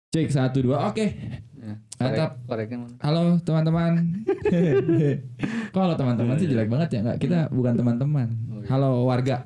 Cek 1 2. Oke. Ya, Mantap. koreknya mana? Halo teman-teman. Kok halo teman-teman sih jelek banget ya? Enggak, kita bukan teman-teman. Halo warga.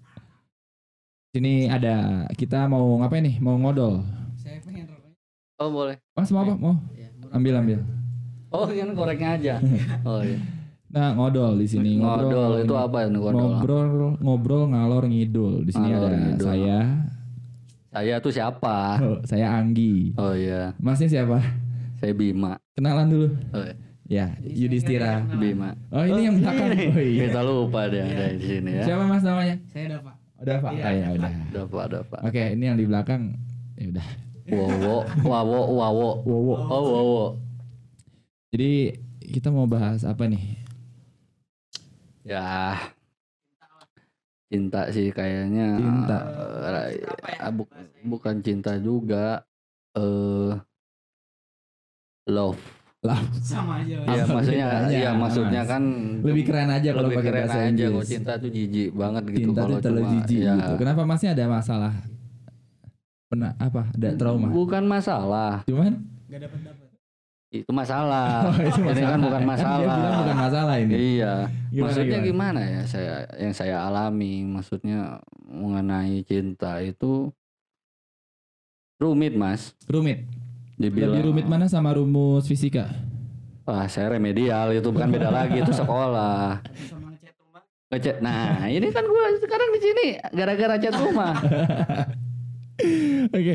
Sini ada kita mau ngapain nih? Mau ngodol. Saya pengen rokoknya. Oh boleh. Mas mau apa? Mau? Ya, Ambil. Oh ini koreknya aja. Oh iya. Nah, ngodol di sini. Ngodol itu apa ini ngodol? Ngobrol ngalor ngidul. Di sini Ngalor ada ngidul. saya. Saya tuh siapa? Oh, saya Anggi. Oh iya. Masnya siapa? Saya Bima. Kenalan dulu. Oh, iya. Ya, Yudhistira. Bima. Oh, ini yang belakang. Oh iya. Kita lupa deh ada di sini ya. Siapa Mas namanya? Saya ada Pak. Udah Pak. Iya. Ah, ya udah. Dapat. Oke, ini yang di belakang. Ya udah. Wawo. Wowo. Oh wawo. Jadi kita mau bahas apa nih? Ya. Cinta sih kayaknya. Cinta. Bukan cinta juga. Love. Lah, Sama aja. Iya Apa maksudnya, bedanya, iya maksudnya Mas? kan lebih keren aja kalau lebih pakai keren bahasa aja. Inggris. Kalau cinta tuh jijik banget gitu. Cinta tuh Kalau terlalu cuma, jijik ya. gitu. Kenapa Masnya ada masalah? Pernah apa? Ada trauma? Bukan masalah, Cuman Gak dapat. itu masalah. Oh, itu Ini kan bukan Kan dia masalah. bilang bukan masalah ini. Iya. Maksudnya gimana? gimana ya yang saya alami, maksudnya mengenai cinta itu rumit, Mas. Rumit. Dibilang Lebih rumit mana sama rumus fisika? wah, saya remedial itu bukan beda lagi itu sekolah. Sama ngechat rumah. Ngechat. Nah, ini kan gua sekarang di sini gara-gara chat rumah. Oke.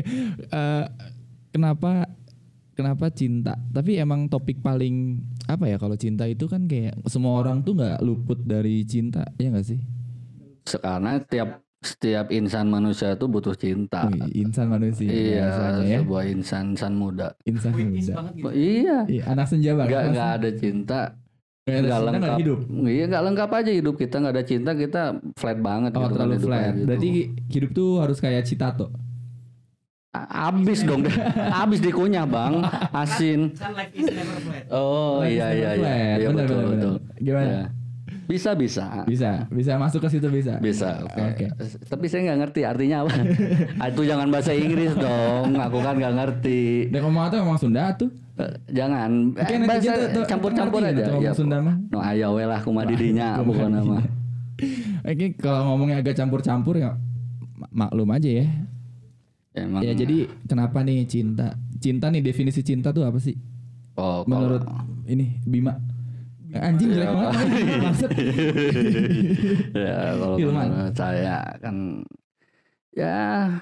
Kenapa cinta? Tapi emang topik paling apa ya kalau cinta itu kan kayak semua orang tuh nggak luput dari cinta, ya nggak sih? Karena setiap insan manusia itu butuh cinta. Wih, insan manusia. Iya, bahasanya ya. sebuah insan muda. Insan Puitis muda. banget gitu. Iya. Iya, anak senja banget. Nggak ada cinta, Nggak ada nggak cinta, lengkap. nggak hidup. Iya, nggak lengkap aja hidup kita, nggak ada cinta kita flat banget Oh, gitu kan terlalu hidupnya flat. gitu. Berarti hidup tuh harus kayak Citato. Abis dong, abis dikunyah bang, asin. Kan life is never flat. Oh Life is iya never iya flat. iya Benar, betul benar, betul. benar. Gimana? Ya. Bisa. Bisa masuk ke situ bisa. Oke. Tapi saya nggak ngerti artinya apa. Itu jangan bahasa Inggris dong. Aku kan nggak ngerti. Dan ngomong atau ngomong Sunda tuh? Jangan. Oke, Bahasa netizen tuh campur-campur ngerti aja. nggak tuh ngomong Sunda mah? No ayo we lah kumaha didinya bukan nama. Oke, kalau ngomongnya agak campur-campur ya maklum aja ya. Emang. Ya jadi kenapa nih cinta? Cinta nih definisi cinta tuh apa sih? Oh, Menurut ini Bima. Anjing jelek banget. Maksud. Ya kalau Hilman. menurut saya kan ya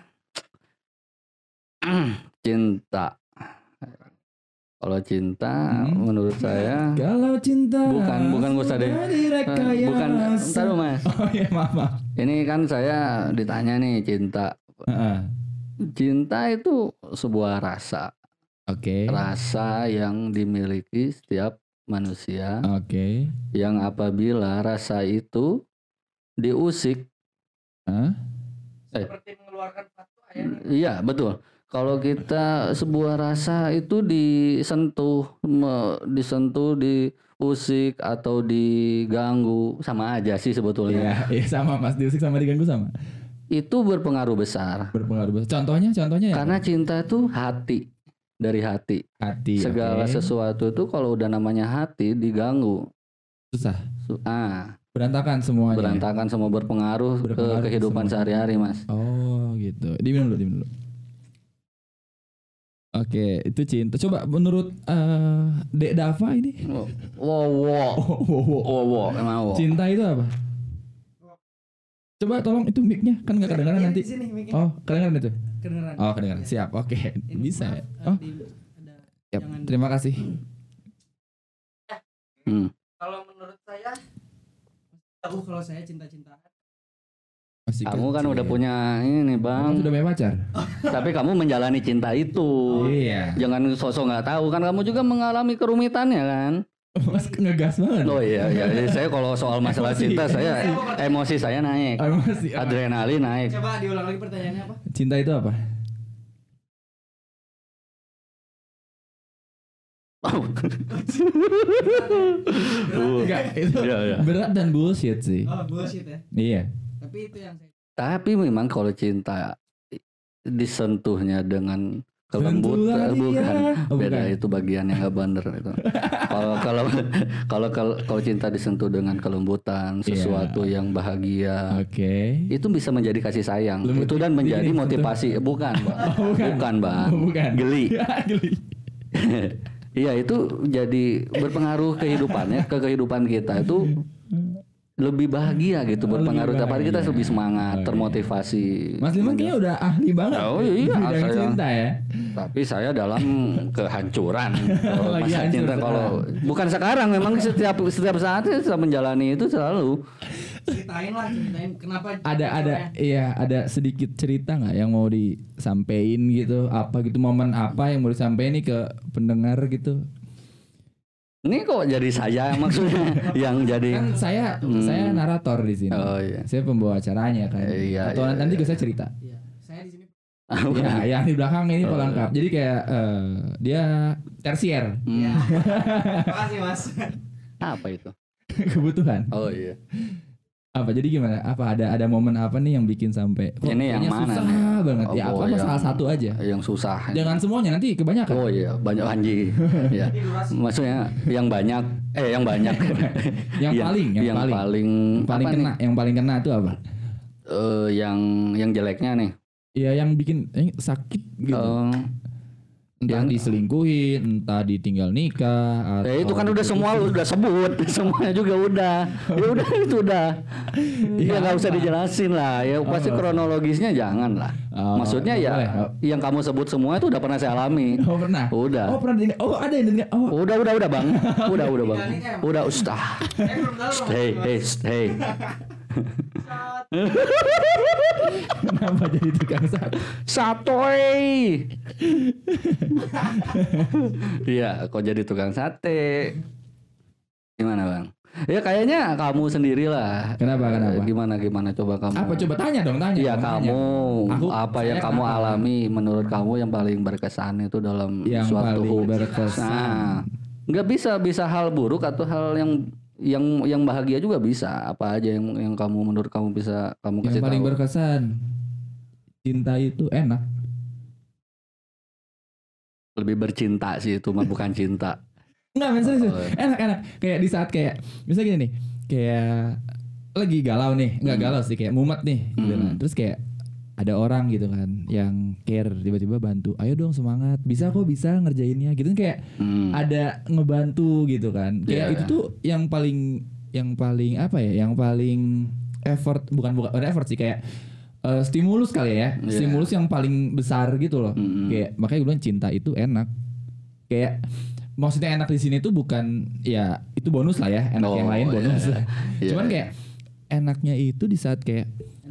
cinta. Kalau cinta menurut saya Kalau cinta bukan gak usah deh. Bukan ntar dulu, Mas. Oh iya maaf. Ini kan saya ditanya nih cinta. Heeh. Cinta itu sebuah rasa. Oke. Rasa yang dimiliki setiap manusia. Oke. Yang apabila rasa itu diusik. Hah? Seperti mengeluarkan fatwa ya. Iya betul. Kalau kita sebuah rasa itu disentuh, diusik atau diganggu sama aja sih sebetulnya. Iya sama Mas, diusik sama diganggu sama. Itu berpengaruh besar. Berpengaruh besar. Contohnya ya. Karena cinta itu hati, dari hati. Hati. Segala oke. sesuatu itu kalau udah namanya hati diganggu, Susah. Berantakan semuanya. berantakan semua berpengaruh ke Berpengaruh ke kehidupan semua. sehari-hari, Mas. Oh gitu. Diminum dulu. Oke, itu cinta. Coba menurut Dek Dava ini. Wow, emang wow. Cinta itu apa? Coba tolong itu mic-nya kan nggak kedengaran nanti. Di sini mic-nya. Oh, kedengaran itu. Kedengeran. Oh, kedengaran. Siap. Oke, Ini bisa. maaf, Oh, ada siap. jangan- Terima kasih. Kalau menurut saya tahu kalau saya cinta-cintaan. Masih Kamu kan kecil. udah punya ini, Kamu Bang. sudah punya pacar. Tapi kamu menjalani cinta itu. Iya. Jangan sosok nggak tahu kan kamu juga mengalami kerumitannya kan. Mas ngegas banget. Oh iya. Saya kalau soal masalah Emosi. cinta saya emosi saya naik. Masih. Adrenalin naik. Coba diulang lagi pertanyaannya apa? Cinta itu apa? Enggak, itu Iya. berat dan bullshit sih. Oh, bullshit ya. Iya. Tapi itu yang saya Tapi memang kalau cinta disentuhnya dengan kelembut, Sentuhlah dia. bukan. Oh, Beda, bukan. itu bagian yang nggak bener itu. Kalau cinta disentuh dengan kelembutan, sesuatu yang bahagia, Oke. itu bisa menjadi kasih sayang. Lembut Itu dan menjadi bikin motivasi. Bukan, Bang. Bukan, Bang. Oh, bukan. Geli. Geli. Iya, itu jadi berpengaruh kehidupannya, ke kehidupan kita itu lebih bahagia gitu, berpengaruh. Tiap hari kita bahagia. lebih semangat, Oh, termotivasi. Mas Liman kayaknya udah ahli banget. Oh di iya, bidang saya- cinta ya. Tapi saya dalam kehancuran. Kalau Lagi masa hancur cinta, kalau bukan sekarang, memang setiap saat saya menjalani itu selalu. Ceritain kenapa Ada sedikit cerita nggak yang mau disampaikan gitu, apa gitu, momen apa yang mau disampaikan nih ke pendengar gitu. Ini kok jadi saya maksudnya yang jadi. Kan saya narator di sini. Oh iya. Saya pembawa acaranya kan. Iya, Atau iya, nanti juga saya cerita. Iya, saya di sini Ya, yang di belakang ini pelengkap. Jadi kayak dia tersier Iya. Makasih Mas. Apa itu? kebutuhan. Oh iya. Apa jadi gimana? Apa ada momen apa nih yang bikin sampai kok Ini yang kayaknya mana susah nih? banget. Oh, Ya apa yang- salah satu aja. Yang susah. Jangan semuanya, nanti kebanyakan. Oh iya, banyak anjing. Ya. Maksudnya yang banyak, yang banyak. Yang paling yang paling apa kena, nih? yang paling kena itu apa? Yang jeleknya nih. Ya yang bikin sakit gitu. Entah yang- diselingkuhin, entah ditinggal nikah. Ya itu kan udah semua lu udah sebut, semuanya juga udah. Ya udah itu udah. Ya nggak usah dijelasin lah. Ya pasti kronologisnya jangan lah. Oh, Maksudnya nggak ya boleh. yang kamu sebut semua itu udah pernah saya alami. Oh pernah. Udah. Oh pernah ditinggal. Oh ada yang ditinggal. Oh Udah bang. Udah bang. Udah ustah. belum tahu loh. Hey. kenapa jadi tukang sate? Satoy. Iya, kok jadi tukang sate? Gimana bang? Ya kayaknya kamu sendirilah. Kenapa? Gimana coba kamu? Apa coba tanya dong, tanya. Iya dong, kamu tanya. apa yang Saya kamu kenapa? alami menurut kamu yang paling berkesan itu dalam Yang suatu paling berkesan. Nah, nggak bisa hal buruk atau hal yang bahagia juga bisa. Apa aja yang kamu menurut kamu bisa kamu Yang kasih paling tahu? berkesan, cinta itu enak. Lebih bercinta sih itu mah bukan cinta. Enggak, men, serius. Oh. Enak. Kayak di saat kayak misalnya gini nih, kayak lagi galau nih, nggak galau sih, kayak mumet nih, gitu kan. Terus kayak ada orang gitu kan yang care, tiba-tiba bantu, ayo dong semangat, bisa ngerjainnya gitu kan, kayak ada ngebantu gitu kan. Kayak Iya. itu tuh yang paling apa ya, yang paling effort, bukan effort sih, kayak stimulus kali ya, Iya. stimulus yang paling besar gitu loh. Kayak makanya gue bilang cinta itu enak. Kayak maksudnya enak di sini tuh bukan ya itu bonus lah ya, enak yang lain bonus. Iya. Cuman kayak enaknya itu di saat kayak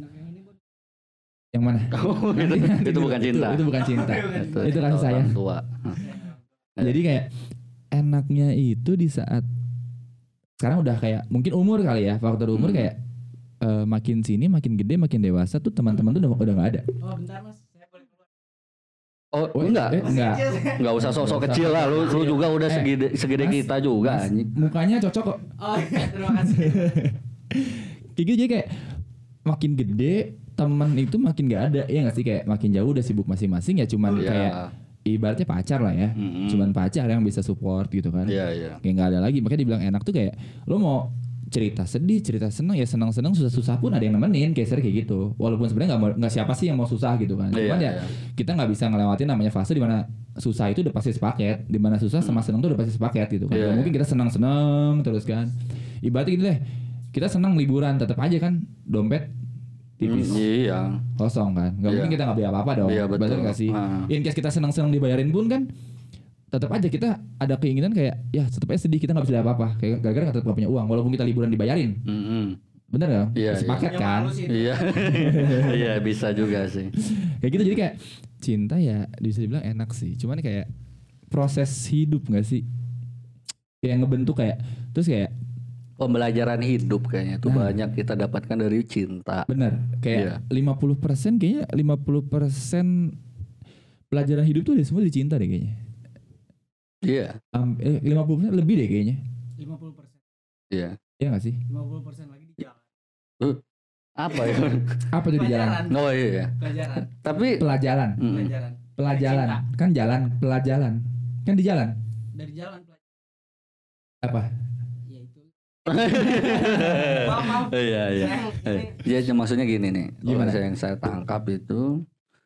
yang mana? itu bukan cinta. Itu bukan cinta. Itu kasih orang sayang. tua. Jadi kayak enaknya itu di saat sekarang udah kayak mungkin umur kali ya, faktor umur kayak makin sini makin gede makin dewasa tuh teman-teman tuh udah nggak ada. Oh bentar Mas, saya boleh keluar. Oh enggak. Enggak. Enggak usah sosok kecil lah. Lu juga udah segede Mas, kita juga Mas, anjing. mukanya cocok kok. Oh iya, terima kasih. Kayak gitu, jadi kayak makin gede teman itu makin gak ada, ya nggak sih, kayak makin jauh udah sibuk masing-masing ya, cuman Iya. kayak ibaratnya pacar lah ya, cuman pacar yang bisa support gitu kan. Iya. Kayak nggak ada lagi, makanya dibilang enak tuh kayak lo mau cerita sedih, cerita senang ya senang-senang, susah-susah pun ada yang nemenin, kayak gitu. Walaupun sebenarnya nggak siapa sih yang mau susah gitu kan. Cuman Iya, ya kita nggak bisa ngelewatin namanya fase dimana susah itu udah pasti sepaket, dimana susah sama senang tuh udah pasti sepaket gitu kan. Iya, Gak mungkin kita senang-senang terus kan. Ibaratnya gitu deh, kita senang liburan tetap aja kan dompet tipis Iya. kosong kan. Gak Iya. mungkin kita nggak beli apa-apa dong. Iya, betul. Betul nggak sih? Ah. In case kita senang-senang dibayarin pun kan tetap aja kita ada keinginan kayak ya tetap aja sedih kita nggak bisa beli apa-apa kayak gara-gara tetap nggak punya uang walaupun kita liburan dibayarin. Bener gak? Iya, Sepaket Yang kan? malu sih. Iya. Iya bisa juga sih. Kayak gitu, jadi kayak cinta ya bisa dibilang enak sih. Cuman kayak proses hidup gak sih? Kayak ngebentuk kayak terus kayak Pembelajaran hidup kayaknya tuh Nah. banyak kita dapatkan dari cinta. bener kayak Iya. 50% kayaknya 50% pelajaran hidup tuh ada semua di cinta deh kayaknya. Iya. 50% lebih deh kayaknya. 50%. Iya. Iya gak sih? 50% lagi di jalan. Apa ya? Apa tuh di jalan? Pelajaran. Oh iya. Pelajaran. Tapi Pelajaran. mm, Pelajaran. pelajaran. Cinta. Kan jalan, pelajaran. Kan di jalan. Dari jalan Apa? ya itu. Maaf. Iya iya. Ya maksudnya gini nih. Gimana? Yang saya tangkap itu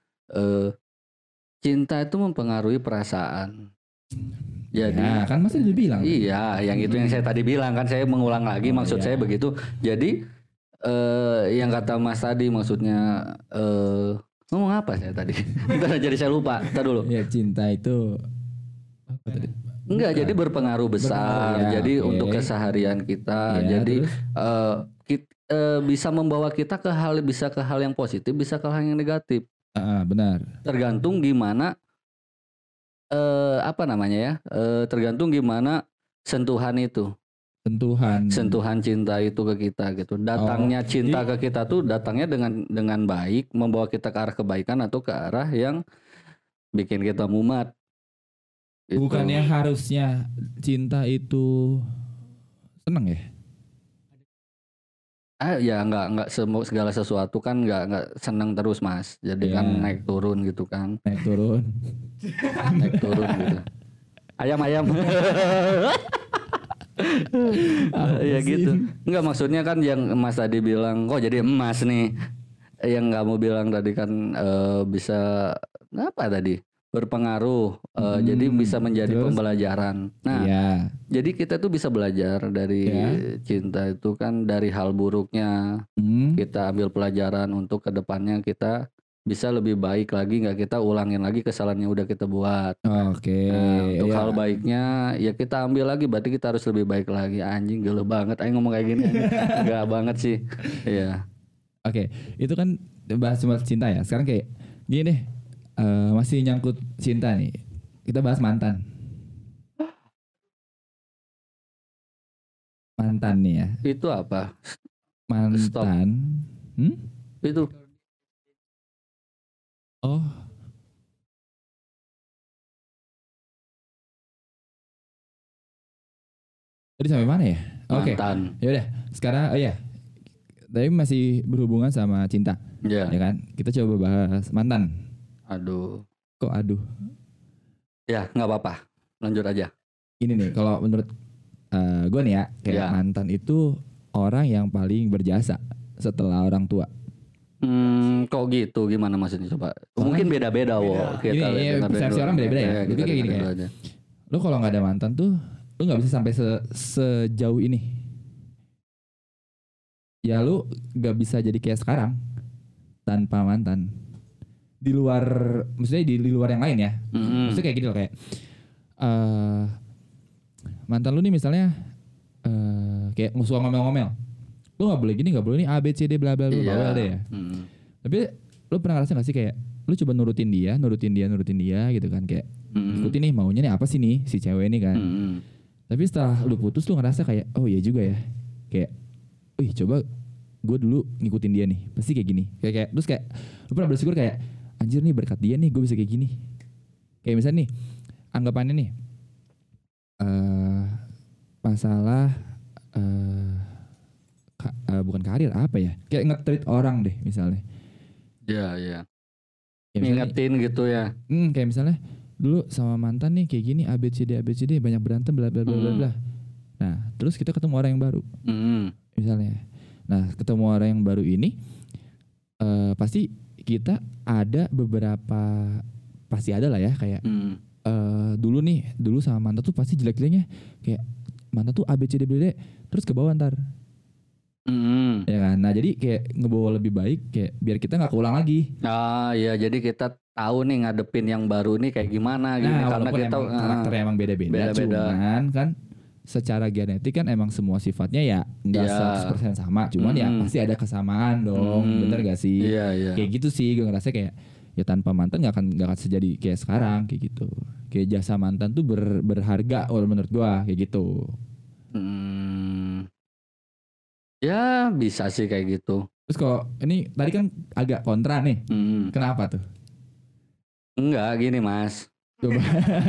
cinta itu mempengaruhi perasaan. Jadi Ya, kan Mas udah bilang. iya, yang itu yang saya tadi bilang kan saya mengulang lagi maksud iya. saya begitu. Jadi yang kata Mas tadi maksudnya ngomong apa saya tadi? Bentar, jadi saya lupa. Entar dulu. Ya, cinta itu apa tadi? Enggak, jadi berpengaruh besar. Berpengaruh, ya, Jadi oke. untuk keseharian kita. Iya, Jadi terus? bisa membawa kita ke hal yang positif, bisa ke hal yang negatif. Benar. Tergantung gimana apa namanya ya? Tergantung gimana sentuhan itu. Sentuhan cinta itu ke kita gitu. Datangnya cinta ke kita tuh datangnya dengan baik, membawa kita ke arah kebaikan atau ke arah yang bikin kita mumet. Gitu. Bukannya harusnya cinta itu seneng ya? Ya enggak segala sesuatu kan enggak senang terus Mas. Jadi kan Iya. naik turun gitu kan. Naik turun. Naik turun gitu. Ayam. Ya gitu. Enggak maksudnya kan yang Mas tadi bilang kok jadi emas nih. Yang kamu bilang tadi kan bisa apa tadi? Berpengaruh. Jadi bisa menjadi terus? pembelajaran. Nah, Iya. jadi kita tuh bisa belajar dari cinta itu kan dari hal buruknya. Kita ambil pelajaran untuk kedepannya kita bisa lebih baik lagi, nggak kita ulangin lagi kesalahan yang udah kita buat. Oke. Nah, untuk Iya. hal baiknya ya kita ambil lagi, berarti kita harus lebih baik lagi. Anjing gelo banget, ayo ngomong kayak gini. Enggak banget sih. Iya. Oke, itu kan bahas cuma cinta ya. Sekarang kayak gini deh, masih nyangkut cinta nih. Kita bahas mantan. Mantan nih ya. Itu apa? Mantan. Itu Oh. Tadi sampai mana ya? Oke. mantan. Ya udah, sekarang tapi masih berhubungan sama cinta. Ya. Ya kan? Kita coba bahas mantan. Aduh. Kok aduh? Ya, nggak apa-apa. Lanjut aja. Ini nih, kalau menurut gue nih ya, kayak mantan itu orang yang paling berjasa setelah orang tua. Kok gitu? Gimana maksudnya coba? Mungkin beda-beda, wo. Gini, persepsi orang beda-beda ya. Jadi kayak gini kayak, lu kalau nggak ada mantan tuh, lu nggak bisa sampai sejauh ini. Ya lu nggak bisa jadi kayak sekarang tanpa mantan. Di luar, maksudnya di luar yang lain ya. Maksudnya kayak gitu loh, kayak mantan lu nih misalnya kayak suka ngomel-ngomel. Lu nggak boleh gini, nggak boleh nih A B C D bla bla bla bla deh ya. Tapi lu pernah ngerasa gak sih kayak lu coba nurutin dia gitu kan, kayak ikutin nih maunya nih apa sih nih si cewek ini kan. Tapi setelah lu putus lu ngerasa kayak oh iya juga ya, kayak coba gue dulu ngikutin dia nih pasti kayak gini, kayak terus kayak lu pernah bersyukur kayak anjir nih berkat dia nih gue bisa kayak gini. Kayak misalnya nih anggapannya nih masalah bukan karir apa ya, kayak nge-treat orang deh misalnya. Iya. Ya, ngingetin gitu ya. Kayak misalnya dulu sama mantan nih kayak gini ABCD banyak berantem bla bla bla bla bla. Nah, terus kita ketemu orang yang baru. Misalnya. Nah, ketemu orang yang baru ini pasti kita ada beberapa pasti ada lah ya kayak dulu sama mantan tuh pasti jelek-jeleknya kayak mantan tuh ABCD terus ke bawah ntar. Ya kan, nah jadi kayak ngebawa lebih baik kayak biar kita nggak keulang lagi. Iya, jadi kita tahu nih ngadepin yang baru nih kayak gimana gini karena kita karakternya emang beda-beda. Cuman kan secara genetik kan emang semua sifatnya ya nggak 100% sama, cuman ya pasti ada kesamaan dong, bener gak sih? Iya. Kayak gitu sih, gue ngerasa kayak ya tanpa mantan nggak akan sejadi kayak sekarang kayak gitu. Kayak jasa mantan tuh berharga menurut gue kayak gitu. Ya bisa sih kayak gitu. Terus kalau ini tadi kan agak kontra nih. Kenapa tuh? Enggak gini Mas. Coba.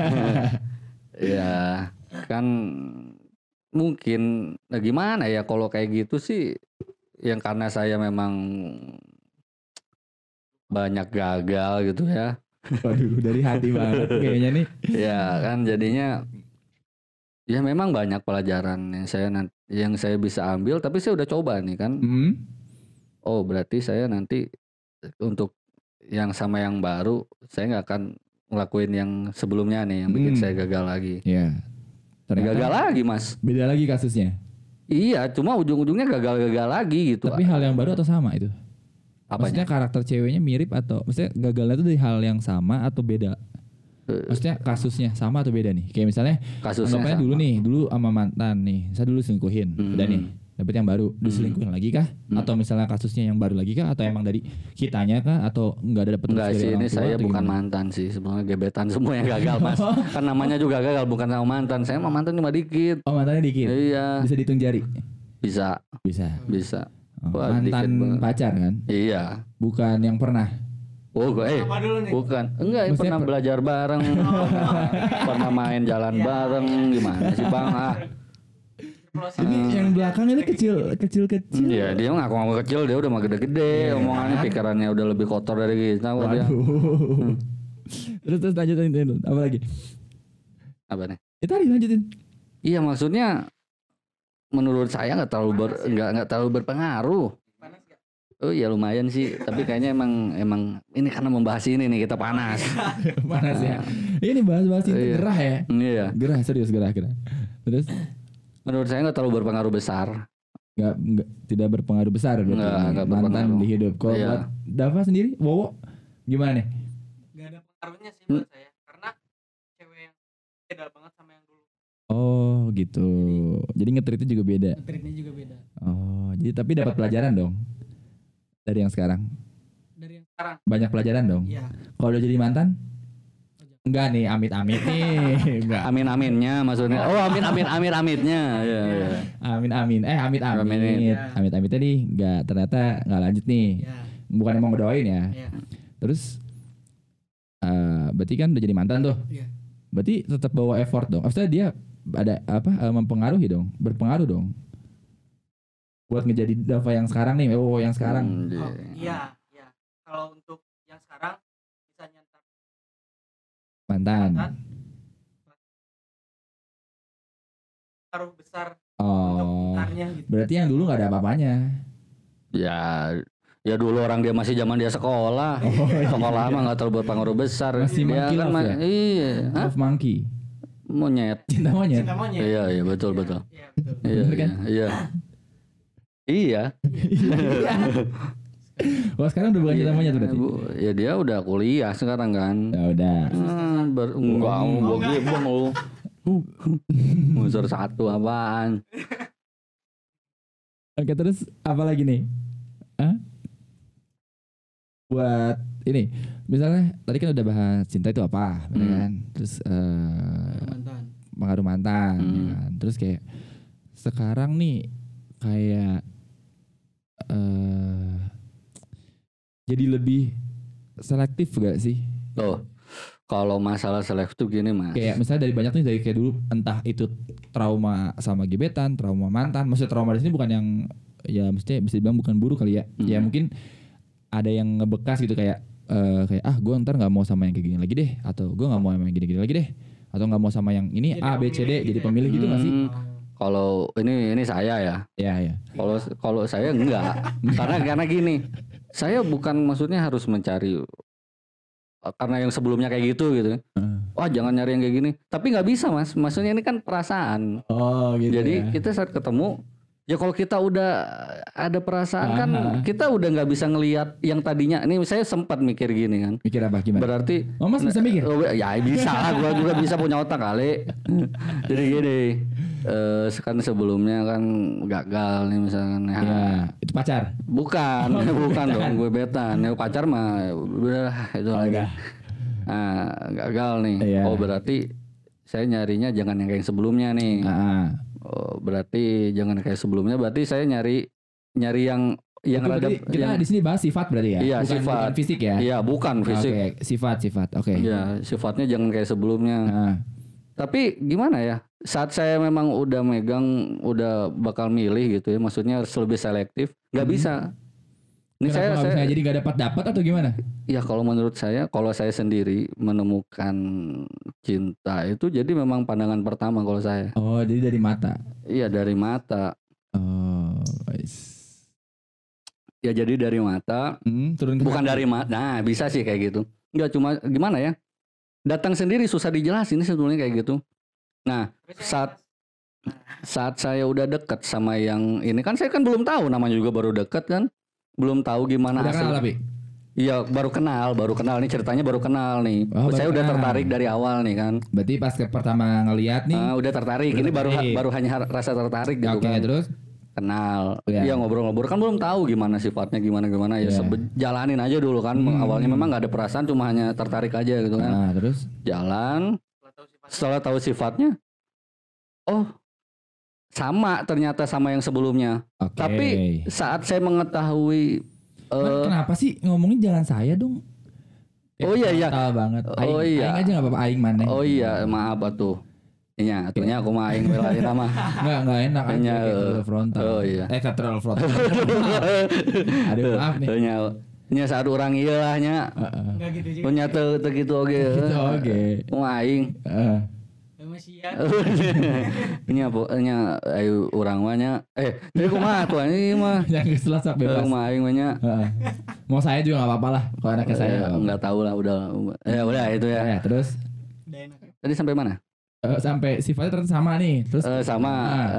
Ya kan mungkin gimana ya kalau kayak gitu sih yang karena saya memang banyak gagal gitu ya. Waduh, dari hati banget kayaknya nih. Ya kan jadinya ya memang banyak pelajaran yang saya bisa ambil, tapi saya udah coba nih kan. Oh berarti saya nanti untuk yang sama yang baru saya nggak akan ngelakuin yang sebelumnya nih yang bikin saya gagal lagi. Iya. Gagal lagi mas. Beda lagi kasusnya. Iya, cuma ujung-ujungnya gagal lagi gitu. Tapi hal yang baru atau sama itu? Apanya? Maksudnya karakter ceweknya mirip atau maksudnya gagalnya itu dari hal yang sama atau beda? Maksudnya kasusnya sama atau beda nih? Kayak misalnya kasusnya dulu sama mantan nih, saya dulu selingkuhin, udah nih, dapet yang baru, diselingkuhin lagi kah? Atau misalnya kasusnya yang baru lagi kah? Atau emang dari kitanya kah? Atau nggak ada dapet? Enggak sih, ini saya bukan mantan sih, sebenarnya gebetan semua yang gagal mas. Kan namanya juga gagal, bukan sama mantan. Saya sama mantan cuma dikit. Oh mantannya dikit? Iya. Bisa dihitung jari? Bisa. Oh, mantan pacar kan? Iya. Bukan yang pernah? Oh, bukan. Enggak, pernah belajar bareng. Pernah main jalan bareng. Gimana sih bang? Ini yang belakang ini kecil. Iya, dia ngaku kecil, dia udah mah gede-gede. Omongannya pikirannya udah lebih kotor dari kita. Terus lanjutin apa lagi? Apa nih? Tadi lanjutin. Iya, maksudnya menurut saya nggak terlalu berpengaruh. Oh iya lumayan sih, tapi kayaknya emang ini karena membahas ini nih kita panas. Panas ya. Ini bahas ini gerah ya. Iya. Gerah serius gerah. Terus menurut saya nggak terlalu berpengaruh besar. Tidak berpengaruh besar nggak mantan di hidup. Kalau buat Dava sendiri, Wowo gimana nih? Nggak ada pengaruhnya sih buat saya, karena cewek yang beda banget sama yang dulu. Oh gitu. Jadi ngetritnya juga beda. Oh, jadi tapi dapat pelajaran dong. Dari yang sekarang. Banyak pelajaran dong. Iya. Kalau udah jadi mantan? Enggak nih, amit-amit nih. Enggak. Amin-aminnya maksudnya. Oh, amin-amitnya. Iya. Amin-amin. Amit-amit. Amit-amitnya nih ternyata enggak lanjut nih. Bukan emang ngedoain ya. Terus berarti kan udah jadi mantan tuh. Iya. Berarti tetap bawa effort dong. Maksudnya dia ada mempengaruhi dong, berpengaruh dong. Buat ngejadi Dava yang sekarang nih, yang sekarang. Iya. Kalau untuk yang sekarang bisa nyantar mantan. Taruh besar. Oh. Gitu. Berarti yang dulu nggak ada apa-apanya. Ya dulu orang dia masih zaman dia sekolah. Sekolah mah nggak terlalu berpengaruh besar. Masih dia kan ya? Iya. Love monkey. Monyet. Cinta monyet. Iya betul. Iya. Wah sekarang udah bukan cinta monyet berarti. Ya dia udah kuliah sekarang kan. Ya udah. Enggak lu. Unsur satu apaan? Oke terus apa lagi nih? Buat ini misalnya tadi kan udah bahas cinta itu apa, kan? Terus pengaruh mantan, ya kan? Terus kayak sekarang nih kayak jadi lebih selektif gak sih? Oh, kalau masalah selektif gini mas. Kayak misalnya dari banyak nih dari kayak dulu entah itu trauma sama gebetan, trauma mantan. Maksudnya trauma di sini bukan yang ya mestinya bisa dibilang bukan buruk kali ya. Ya mungkin ada yang ngebekas gitu kayak gue ntar nggak mau sama yang kayak gini lagi deh, atau gue nggak mau sama yang gini-gini lagi deh, atau nggak mau sama yang ini A B C D jadi pemilih gitu nggak sih? Kalau ini saya ya. Ya. Kalau saya enggak. karena gini. Saya bukan maksudnya harus mencari karena yang sebelumnya kayak gitu. Wah, jangan nyari yang kayak gini. Tapi nggak bisa, Mas. Maksudnya ini kan perasaan. Oh, gitu. Jadi kita saat ketemu ya kalau kita udah ada perasaan kan kita udah nggak bisa ngelihat yang tadinya. Ini saya sempat mikir gini kan. Mikir apa gimana? Berarti Mas bisa mikir? Ya bisa lah, gua juga bisa punya otak kali. Jadi gini, kan sebelumnya kan gagal nih misalkan ya. Itu pacar? Bukan dong, gue betan. Ya pacar mah udah itu lagi. Nah, gagal nih. Oh berarti saya nyarinya jangan yang kayak sebelumnya nih. Oh, berarti jangan kayak sebelumnya. Berarti saya nyari yang rada. Kita di sini bahas sifat berarti ya. Iya, bukan fisik ya. Iya, bukan fisik. Oke, sifat. Oke. Iya, sifatnya jangan kayak sebelumnya. Tapi gimana ya? Saat saya memang udah megang, udah bakal milih gitu ya. Maksudnya harus lebih selektif. Nggak bisa. Ini Kenapa nggak bisa jadi nggak dapat atau gimana? Ya kalau menurut saya, kalau saya sendiri menemukan cinta itu jadi memang pandangan pertama kalau saya. Oh, jadi dari mata. Iya dari mata. Oh, Ya jadi dari mata. Turun ke Bukan hati. dari mata. Nah bisa sih kayak gitu. Enggak cuma gimana ya? Datang sendiri susah dijelasin sebetulnya kayak gitu. Nah saat saya udah deket sama yang ini kan saya kan belum tahu namanya juga baru deket kan. Belum tahu gimana Udah kenal tapi? Iya baru kenal nih ceritanya baru kenal nih. Oh, Saya baru udah kenal. tertarik dari awal nih kan. Berarti pas pertama ngelihat nih. Udah tertarik. Ini baru hanya rasa tertarik gitu Oke, kan. terus Kenal. Ya. Iya ngobrol-ngobrol kan belum tahu gimana sifatnya gimana ya jalanin aja dulu kan. Awalnya memang nggak ada perasaan cuma hanya tertarik aja gitu kan. Nah, terus Jalan. Setelah tahu sifatnya, oh sama ternyata sama yang sebelumnya. oke. Tapi saat saya mengetahui Kenapa sih ngomongin jangan saya dong? Oh iya iya. Frontal banget. Oh Aing, iya. Aing aja nggak apa-apa Aing mana? Oh iya, maaf atuh. Iya, atuhnya aku mah aing belain mah. Nggak enak aja Nya, kayak terlalu frontal. oh iya. Terlalu frontal. Aduh maaf nih. Nya saat orang ieu lah nya. Enggak gitu juga. Punya teu kitu oge. Gitu oke. Kumaha aing. Masih ya. Nya ayo urang mah nya. Jadi kumaha tuh ini mah. Yang selasa bebas. Kumaha aing mah nya. Mau saya juga nggak apa-apa lah. Kalau anaknya saya nggak apa-apa. Enggak tahu lah udah. Ya udah itu ya. Ya, terus Udah enak. Tadi sampai mana? sampai sifatnya ternyata sama nih. Terus Sama.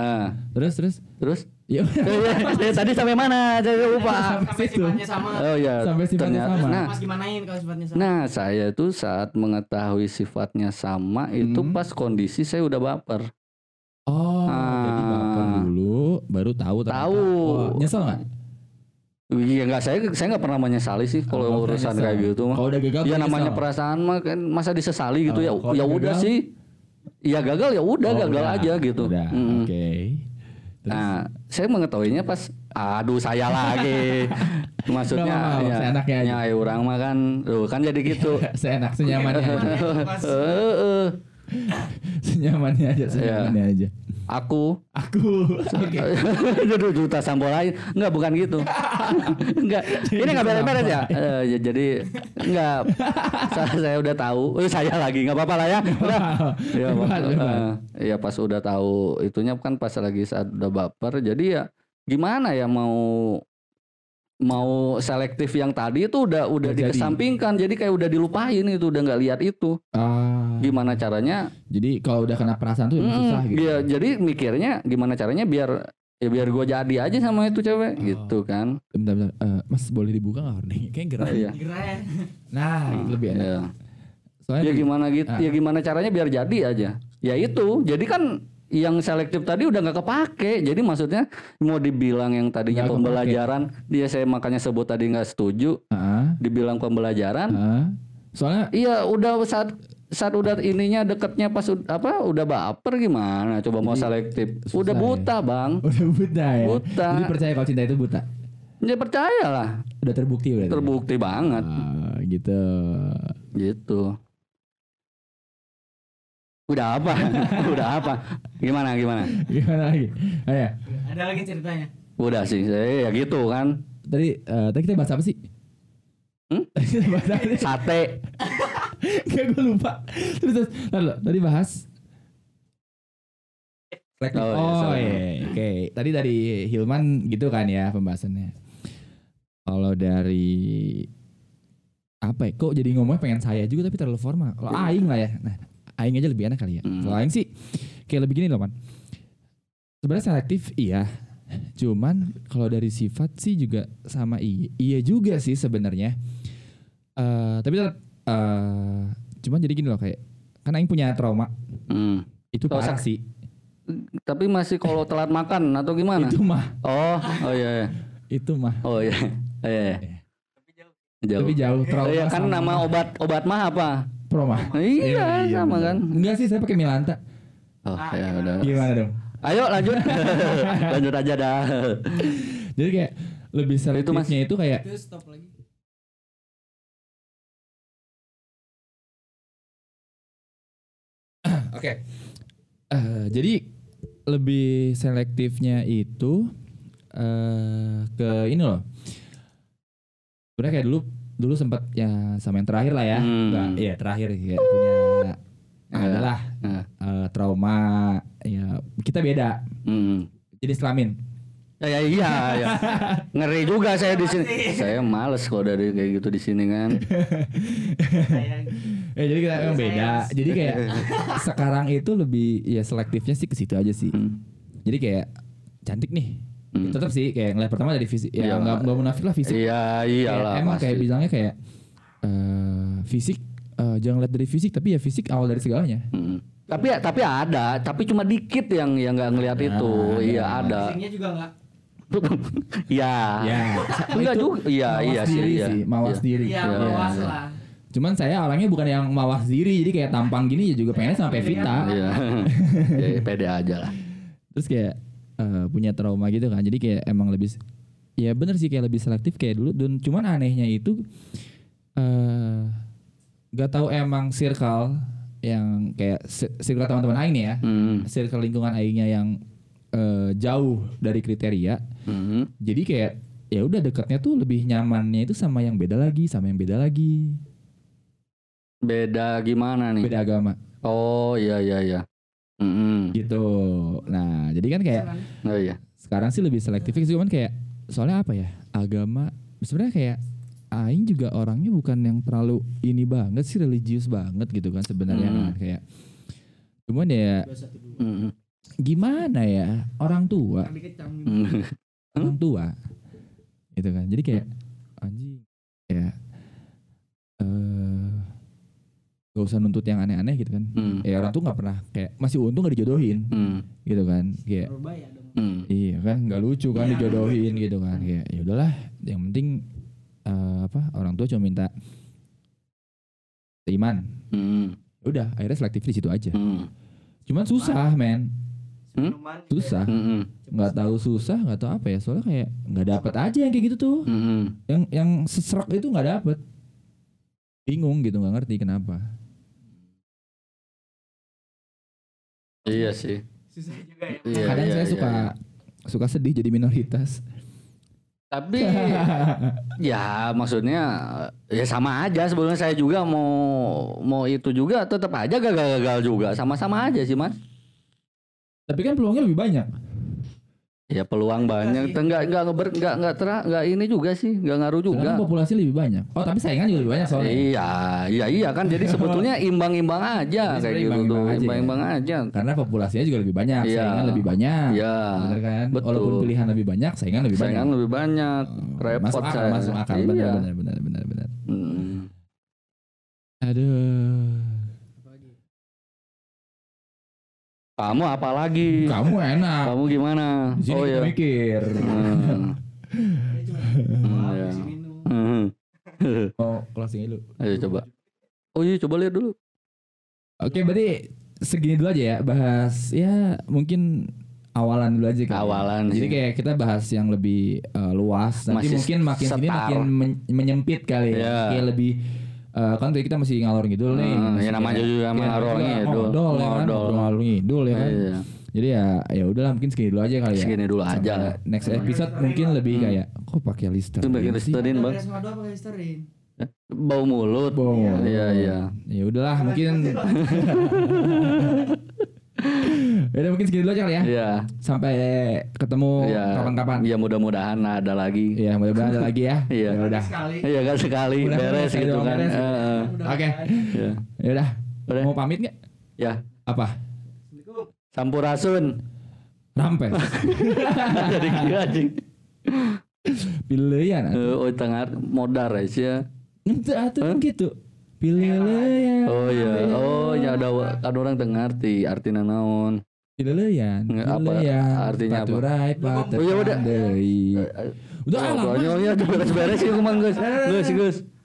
Terus ya Tadi sampai mana? Saya lupa. sampai Sampai situ. sifatnya sama. Oh iya. Sampai sifatnya ternyata- sama. Nah, Mas gimanain kalau sifatnya sama? Nah, saya tuh saat mengetahui sifatnya sama itu pas kondisi saya udah baper. Oh, jadi baper dulu baru tahu ternyata. Tahu. Oh, nyesel nggak? Iya enggak, saya enggak pernah menyesali sih kalau Oh, urusan nyesel. kayak gitu mah. Kalau udah gagal Ya tuh namanya nyesel. perasaan mah kan masa disesali gitu ya. kalau Ya udah udah gagal? sih. Ya gagal ya udah Oh, gagal udah. aja gitu. Udah, Mm-mm. oke. Terus? Nah, saya mengetahuinya pas aduh saya lagi. Maksudnya Nggak apa-apa, ya, seenaknya aja. nyai orang mah kan kan jadi gitu. Seenak senyamannya aja. Heeh. Senyamannya aja. Aku Oke. Aduh, juta sampo lain. Enggak bukan gitu. Enggak. Ini enggak beres-beres ya. Jadi enggak saya udah tahu. Saya lagi enggak apa-apa lah ya. Udah. Ya, ya pas udah tahu itunya kan pas lagi saat udah baper. Jadi ya gimana ya mau selektif yang tadi itu udah Jadi. dikesampingkan. Jadi kayak udah dilupain itu, udah enggak lihat itu. Gimana caranya? Jadi kalau udah kena perasaan tuh emang susah gitu. Iya, jadi mikirnya gimana caranya biar gue jadi aja sama itu cewek gitu kan. Bentar. Mas boleh dibuka nggak hordingnya? Kayak gerah. Iya. Keren. Nah, itu lebih enak. Iya. Soalnya Ya gimana gitu? Ah. Ya gimana caranya biar jadi aja? Ya itu. Jadi kan yang selektif tadi udah nggak kepake. Jadi maksudnya mau dibilang yang tadinya Nggak pembelajaran, dia saya makanya sebut tadi nggak setuju. Dibilang pembelajaran. Soalnya Iya, udah saat udah ininya deketnya pas udah baper gimana? Coba mau selektif. Udah susah buta, Bang. udah buta ya. Buta. Jadi percaya kalau cinta itu buta. Ya percayalah. Udah terbukti berarti. Terbukti banget. Gitu. Gitu. Udah apa? Udah apa? Gimana? Gimana lagi? Ayo. Ada lagi ceritanya. Udah sih, saya ya gitu kan. Tadi kita bahas apa sih? Tadi kita bahas apa sih? Sate. Kayak gue lupa. Terus tadi bahas. Oke. Tadi dari Hilman gitu kan ya pembahasannya. Kalau dari apa ya? Kok jadi ngomongnya pengen saya juga tapi terlalu formal. Kalau aing lah ya. Nah, aing aja lebih enak kali ya. Kalau aing sih kayak lebih gini loh, Man. Sebenarnya selektif iya. Cuman kalau dari sifat sih juga sama iya juga sih sebenarnya. Tapi tetap cuman jadi gini loh kayak kan aing punya trauma. Itu parah sih. Tapi masih kalau telat makan atau gimana? Itu mah. Oh iya. Itu mah. Oh iya. Iya. Jauh. Tapi jauh trauma. Iya kan sama nama obat mah apa? Proma. Iya, sama bener. kan. Enggak sih, saya pakai Milanta. Oh ya udah. Gimana dong? Ayo lanjut. Lanjut aja dah. Jadi kayak lebih selektifnya itu kayak Itu stop lagi. Oke. Jadi lebih selektifnya itu ke ini loh. Sebenarnya kayak dulu sempat ya sama yang terakhir lah ya. Enggak, ya terakhir kayak punya adalah trauma ya kita beda. Jadi kelamin. Ya iya. Ngeri juga saya di sini. Saya males kalau dari kayak gitu di sini kan. Ya jadi kita emang beda. Jadi kayak sekarang itu lebih ya selektifnya sih ke situ aja sih. Jadi kayak cantik nih. Tetap sih kayak ngeliat pertama dari fisik ya nggak munafik lah fisik. Iya iyalah. Emang kayak bilangnya kayak fisik jangan lihat dari fisik tapi ya fisik awal dari segalanya. Tapi ada, tapi cuma dikit yang nggak ngelihat itu. Iya ada. Fisiknya juga nggak. Iya. Enggak juga. Iya sih. Mawas diri. Iya mawas lah. Cuman saya orangnya bukan yang mawas diri, jadi kayak tampang gini ya juga pengen sama Pevita. Iya. Ya, pede aja lah. Terus kayak punya trauma gitu kan, jadi kayak emang lebih, ya bener sih kayak lebih selektif kayak dulu. Dan cuman anehnya itu gak tahu emang circle yang kayak circle teman-teman Aing nih ya, circle lingkungan Aingnya yang jauh dari kriteria. Jadi kayak ya udah dekatnya tuh lebih nyamannya itu sama yang beda lagi, sama yang beda lagi. Beda gimana nih? Beda agama. Oh iya. Gitu. Nah jadi kan kayak sekarang sih lebih selektif sih, cuman kayak soalnya apa ya, agama sebenarnya kayak Aing juga orangnya bukan yang terlalu ini banget sih, religius banget gitu kan sebenarnya kan. Kayak cuman ya gimana ya, orang tua gitu kan. Jadi kayak anjing ya gak usah nuntut yang aneh-aneh gitu kan. Ya orang tuh nggak pernah kayak, masih untung gak dijodohin gitu kan. Kayak iya kan nggak lucu kan dijodohin gitu kan. Kayak ya udahlah, yang penting orang tua cuma minta iman. Udah akhirnya selektif di situ aja. Cuman susah men. Susah. Nggak tahu susah, nggak tahu apa ya, soalnya kayak nggak dapet aja yang kayak gitu tuh. Yang seserak itu nggak dapet. Bingung gitu, nggak ngerti kenapa. Iya sih. Susah juga ya. Kadang saya suka sedih jadi minoritas. Tapi ya maksudnya ya sama aja sebenarnya, saya juga mau itu juga tetap aja gagal juga, sama-sama aja sih Mas. Tapi kan peluangnya lebih banyak. Ya peluang banyak, enggak ini juga sih, enggak ngaruh juga. Karena populasi lebih banyak. Oh tapi saingan juga lebih banyak soalnya. Iya kan, jadi sebetulnya imbang-imbang aja kayak gitu tuh, imbang-imbang aja. Karena populasinya juga lebih banyak, saingan lebih banyak. Iya. Benar kan? Betul. Walaupun pilihan lebih banyak, saingan lebih banyak. Saingan lebih banyak. Repot saya. Masuk akal. Benar. Aduh. Kamu apa lagi? Kamu enak. Kamu gimana? Di sini kita mikir. Oh, closing dulu. Ayo coba. Oh iya, coba lihat dulu. Oke, berarti segini dulu aja ya, bahas ya mungkin awalan dulu aja kan. Awalan. Jadi kayak kita bahas yang lebih luas. Nanti mungkin makin sini makin menyempit kali ya. Kayak lebih kan tadi kita masih ngalor ngidul nih. Ya namanya juga ngalor ngidul. Ngalor ngidul ya kan. Iya. Jadi ya udahlah, mungkin segini dulu aja kali ya. Segini dulu aja lah. Next episode mungkin lebih kayak kok pakai Listerine. Pakai Listerine, Bang. Bau mulut. Iya. Ya udahlah mungkin. Udah mungkin segini dulu aja kali ya. Iya. Sampai ketemu kapan-kapan. Ya mudah-mudahan ada lagi. Iya, mudah-mudahan ada lagi ya. Iya. Ya udah. Iya kan sekali beres gitu kan. Oke. Ya udah. Mau pamit enggak? Ya. Apa? Sampurasun. Rampes. Dari kira anjing. Pilihan. Oh tengah modar aja. Atuh gitu. Pileleyan. Oh iya. Oh ya ada kan orang ngerti artinya naon. Pileleyan. Apa artinya apa? Paturai pater. Oh ya udah. Udah alam. Oh ya beres-beres ya kumaha geus. Geus.